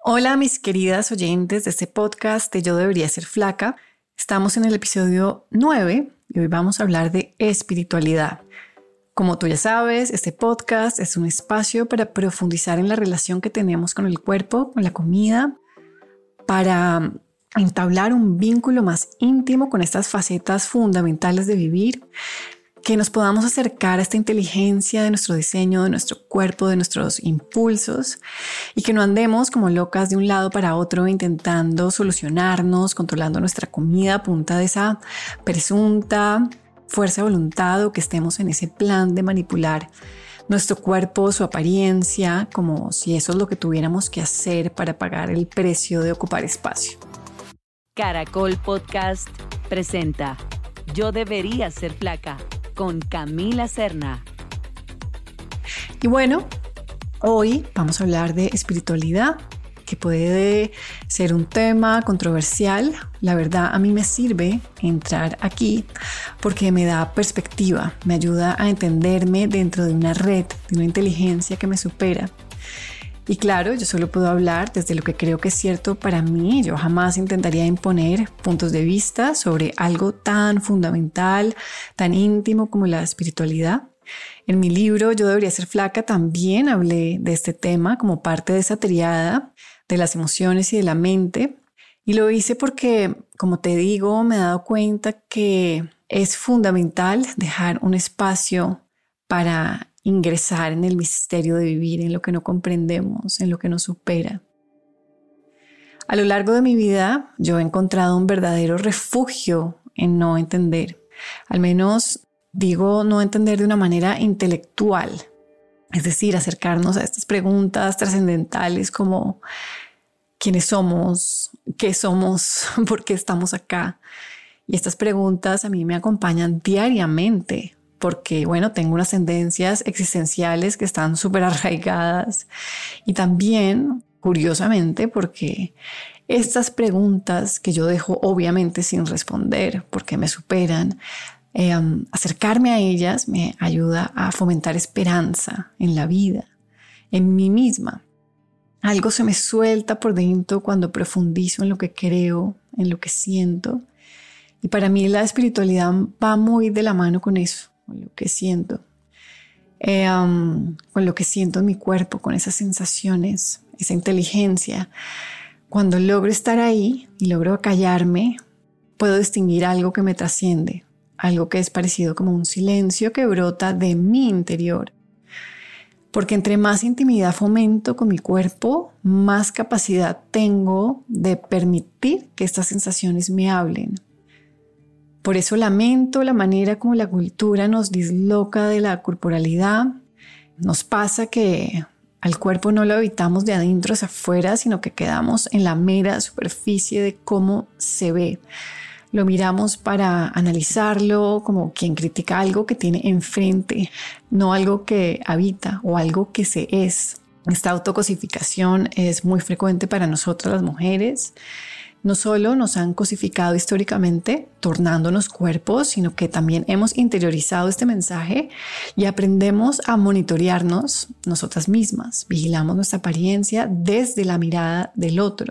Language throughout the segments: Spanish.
Hola mis queridas oyentes de este podcast de Yo Debería Ser Flaca. Estamos en el episodio 9 y hoy vamos a hablar de espiritualidad. Como tú ya sabes, este podcast es un espacio para profundizar en la relación que tenemos con el cuerpo, con la comida, para entablar un vínculo más íntimo con estas facetas fundamentales de vivir, que nos podamos acercar a esta inteligencia de nuestro diseño, de nuestro cuerpo, de nuestros impulsos y que no andemos como locas de un lado para otro intentando solucionarnos, controlando nuestra comida a punta de esa presunta fuerza de voluntad o que estemos en ese plan de manipular nuestro cuerpo, su apariencia, como si eso es lo que tuviéramos que hacer para pagar el precio de ocupar espacio. Caracol Podcast presenta Yo Debería Ser Flaca con Camila Serna. Y bueno, hoy vamos a hablar de espiritualidad, que puede ser un tema controversial. La verdad, a mí me sirve entrar aquí porque me da perspectiva, me ayuda a entenderme dentro de una red, de una inteligencia que me supera. Y claro, yo solo puedo hablar desde lo que creo que es cierto para mí. Yo jamás intentaría imponer puntos de vista sobre algo tan fundamental, tan íntimo como la espiritualidad. En mi libro Yo Debería Ser Flaca también hablé de este tema como parte de esa triada de las emociones y de la mente. Y lo hice porque, como te digo, me he dado cuenta que es fundamental dejar un espacio para ingresar en el misterio de vivir, en lo que no comprendemos, en lo que nos supera. A lo largo de mi vida, yo he encontrado un verdadero refugio en no entender. Al menos digo no entender de una manera intelectual. Es decir, acercarnos a estas preguntas trascendentales como ¿quiénes somos? ¿Qué somos? ¿Por qué estamos acá? Y estas preguntas a mí me acompañan diariamente. Porque, bueno, tengo unas tendencias existenciales que están súper arraigadas y también, curiosamente, porque estas preguntas que yo dejo obviamente sin responder porque me superan, acercarme a ellas me ayuda a fomentar esperanza en la vida, en mí misma. Algo se me suelta por dentro cuando profundizo en lo que creo, en lo que siento. Y para mí la espiritualidad va muy de la mano con eso. Con lo que siento, con lo que siento en mi cuerpo, con esas sensaciones, esa inteligencia. Cuando logro estar ahí y logro callarme, puedo distinguir algo que me trasciende, algo que es parecido como un silencio que brota de mi interior. Porque entre más intimidad fomento con mi cuerpo, más capacidad tengo de permitir que estas sensaciones me hablen. Por eso lamento la manera como la cultura nos disloca de la corporalidad. Nos pasa que al cuerpo no lo habitamos de adentro hacia afuera, sino que quedamos en la mera superficie de cómo se ve. Lo miramos para analizarlo como quien critica algo que tiene enfrente, no algo que habita o algo que se es. Esta autocosificación es muy frecuente para nosotras las mujeres. No solo nos han cosificado históricamente, tornándonos cuerpos, sino que también hemos interiorizado este mensaje y aprendemos a monitorearnos nosotras mismas. Vigilamos nuestra apariencia desde la mirada del otro.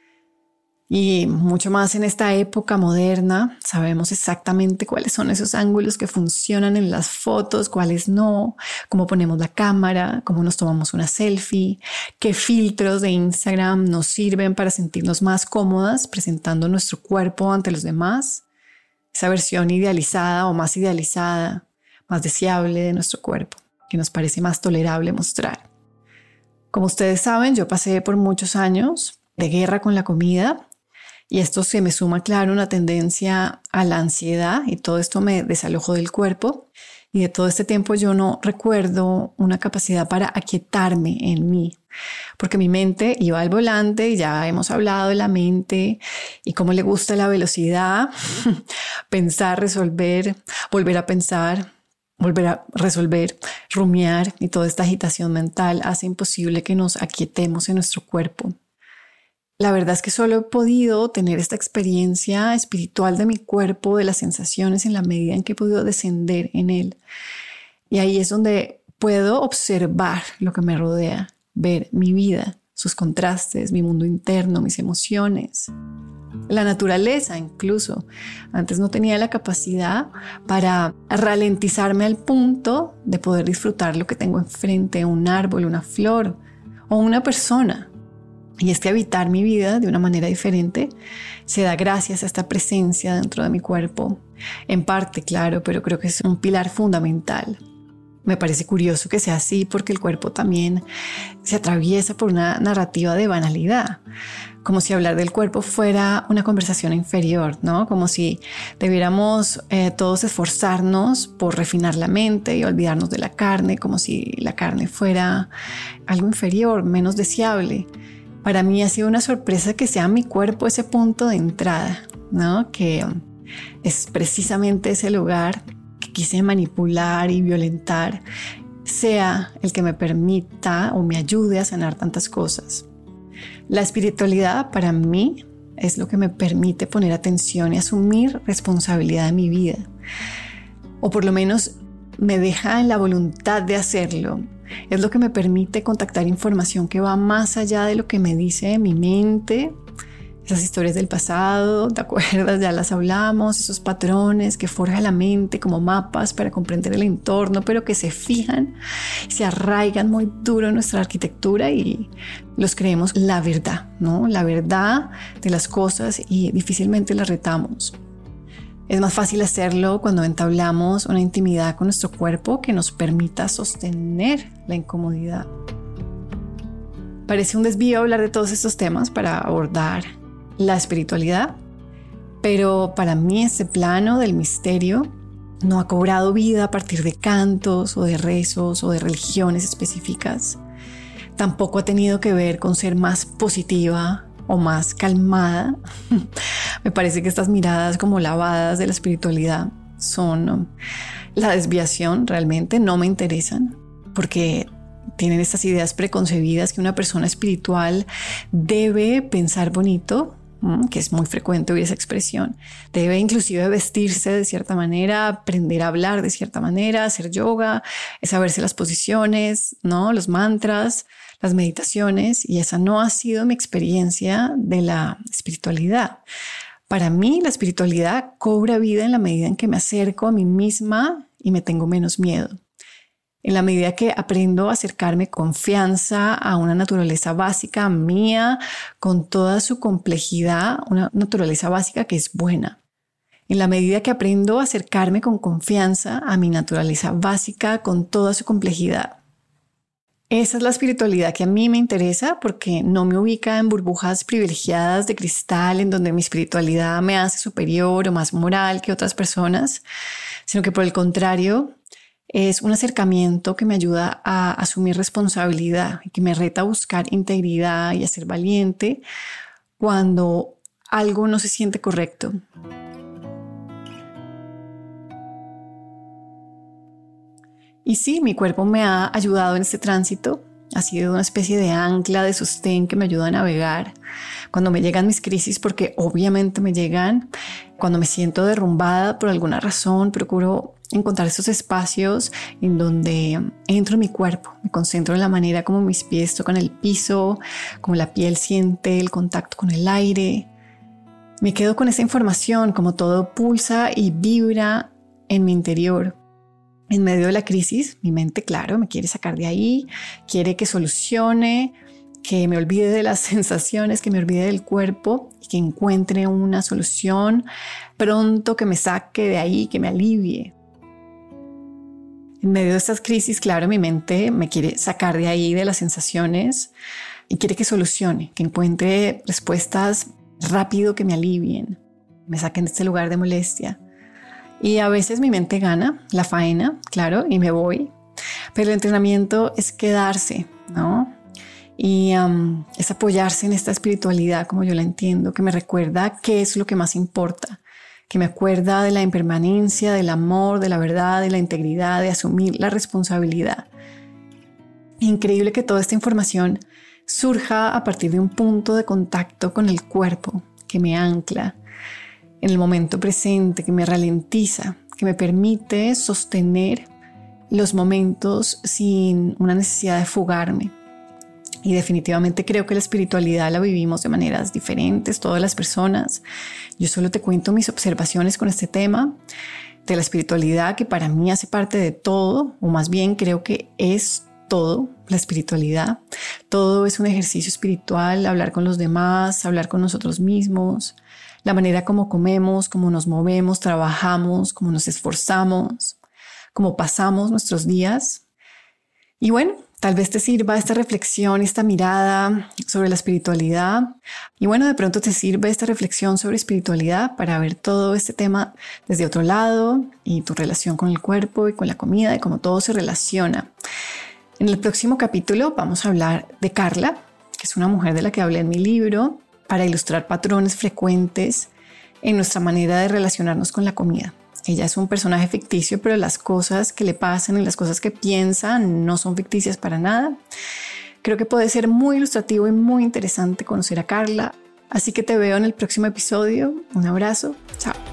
Y mucho más en esta época moderna, sabemos exactamente cuáles son esos ángulos que funcionan en las fotos, cuáles no, cómo ponemos la cámara, cómo nos tomamos una selfie, qué filtros de Instagram nos sirven para sentirnos más cómodas presentando nuestro cuerpo ante los demás, esa versión idealizada o más idealizada, más deseable de nuestro cuerpo, que nos parece más tolerable mostrar. Como ustedes saben, yo pasé por muchos años de guerra con la comida. Y esto se me suma, claro, una tendencia a la ansiedad y todo esto me desalojó del cuerpo. Y de todo este tiempo yo no recuerdo una capacidad para aquietarme en mí, porque mi mente iba al volante y ya hemos hablado de la mente y cómo le gusta la velocidad, pensar, resolver, volver a pensar, volver a resolver, rumiar y toda esta agitación mental hace imposible que nos aquietemos en nuestro cuerpo. La verdad es que solo he podido tener esta experiencia espiritual de mi cuerpo, de las sensaciones en la medida en que he podido descender en él. Y ahí es donde puedo observar lo que me rodea, ver mi vida, sus contrastes, mi mundo interno, mis emociones. La naturaleza incluso. Antes no tenía la capacidad para ralentizarme al punto de poder disfrutar lo que tengo enfrente, un árbol, una flor o una persona. Y es que habitar mi vida de una manera diferente se da gracias a esta presencia dentro de mi cuerpo. En parte, claro, pero creo que es un pilar fundamental. Me parece curioso que sea así porque el cuerpo también se atraviesa por una narrativa de banalidad, como si hablar del cuerpo fuera una conversación inferior, ¿no? Como si debiéramos todos esforzarnos por refinar la mente y olvidarnos de la carne, como si la carne fuera algo inferior, menos deseable. Para mí ha sido una sorpresa que sea mi cuerpo ese punto de entrada, ¿no? Que es precisamente ese lugar que quise manipular y violentar, sea el que me permita o me ayude a sanar tantas cosas. La espiritualidad para mí es lo que me permite poner atención y asumir responsabilidad de mi vida. O por lo menos me deja en la voluntad de hacerlo. Es lo que me permite contactar información que va más allá de lo que me dice mi mente. Esas historias del pasado, ¿te acuerdas? Ya las hablamos, esos patrones que forja la mente como mapas para comprender el entorno, pero que se fijan, se arraigan muy duro en nuestra arquitectura y los creemos la verdad, ¿no? La verdad de las cosas y difícilmente las retamos. Es más fácil hacerlo cuando entablamos una intimidad con nuestro cuerpo que nos permita sostener la incomodidad. Parece un desvío hablar de todos estos temas para abordar la espiritualidad, pero para mí ese plano del misterio no ha cobrado vida a partir de cantos o de rezos o de religiones específicas. Tampoco ha tenido que ver con ser más positiva o más calmada. Me parece que estas miradas como lavadas de la espiritualidad son la desviación, realmente no me interesan, porque tienen estas ideas preconcebidas que una persona espiritual debe pensar bonito, que es muy frecuente oír esa expresión, debe inclusive vestirse de cierta manera, aprender a hablar de cierta manera, hacer yoga, saberse las posiciones, ¿no? Los mantras, las meditaciones, y esa no ha sido mi experiencia de la espiritualidad. Para mí, la espiritualidad cobra vida en la medida en que me acerco a mí misma y me tengo menos miedo. En la medida que aprendo a acercarme con confianza a una naturaleza básica mía, con toda su complejidad, una naturaleza básica que es buena. En la medida que aprendo a acercarme con confianza a mi naturaleza básica, con toda su complejidad. Esa es la espiritualidad que a mí me interesa porque no me ubica en burbujas privilegiadas de cristal en donde mi espiritualidad me hace superior o más moral que otras personas, sino que por el contrario es un acercamiento que me ayuda a asumir responsabilidad y que me reta a buscar integridad y a ser valiente cuando algo no se siente correcto. Y sí, mi cuerpo me ha ayudado en este tránsito. Ha sido una especie de ancla, de sostén que me ayuda a navegar cuando me llegan mis crisis, porque obviamente me llegan. Cuando me siento derrumbada por alguna razón, procuro encontrar esos espacios en donde entro en mi cuerpo. Me concentro en la manera como mis pies tocan el piso, como la piel siente el contacto con el aire. Me quedo con esa información, como todo pulsa y vibra en mi interior. En medio de la crisis, mi mente, claro, me quiere sacar de ahí, quiere que solucione, que me olvide de las sensaciones, que me olvide del cuerpo y que encuentre una solución pronto, que me saque de ahí, que me alivie. En medio de estas crisis, claro, mi mente me quiere sacar de ahí, de las sensaciones, y quiere que solucione, que encuentre respuestas rápido que me alivien, me saquen de este lugar de molestia. Y a veces mi mente gana la faena, claro, y me voy. Pero el entrenamiento es quedarse, ¿no? Y es apoyarse en esta espiritualidad, como yo la entiendo, que me recuerda qué es lo que más importa, que me acuerda de la impermanencia, del amor, de la verdad, de la integridad, de asumir la responsabilidad. Increíble que toda esta información surja a partir de un punto de contacto con el cuerpo, que me ancla en el momento presente, que me ralentiza, que me permite sostener los momentos sin una necesidad de fugarme. Y definitivamente creo que la espiritualidad la vivimos de maneras diferentes, todas las personas. Yo solo te cuento mis observaciones con este tema de la espiritualidad, que para mí hace parte de todo, o más bien creo que es todo, la espiritualidad. Todo es un ejercicio espiritual, hablar con los demás, hablar con nosotros mismos, la manera como comemos, cómo nos movemos, trabajamos, cómo nos esforzamos, cómo pasamos nuestros días. Y bueno, tal vez te sirva esta reflexión, esta mirada sobre la espiritualidad. Y bueno, de pronto te sirve esta reflexión sobre espiritualidad para ver todo este tema desde otro lado y tu relación con el cuerpo y con la comida y cómo todo se relaciona. En el próximo capítulo vamos a hablar de Carla, que es una mujer de la que hablé en mi libro, para ilustrar patrones frecuentes en nuestra manera de relacionarnos con la comida. Ella es un personaje ficticio, pero las cosas que le pasan y las cosas que piensa no son ficticias para nada. Creo que puede ser muy ilustrativo y muy interesante conocer a Carla. Así que te veo en el próximo episodio. Un abrazo. Chao.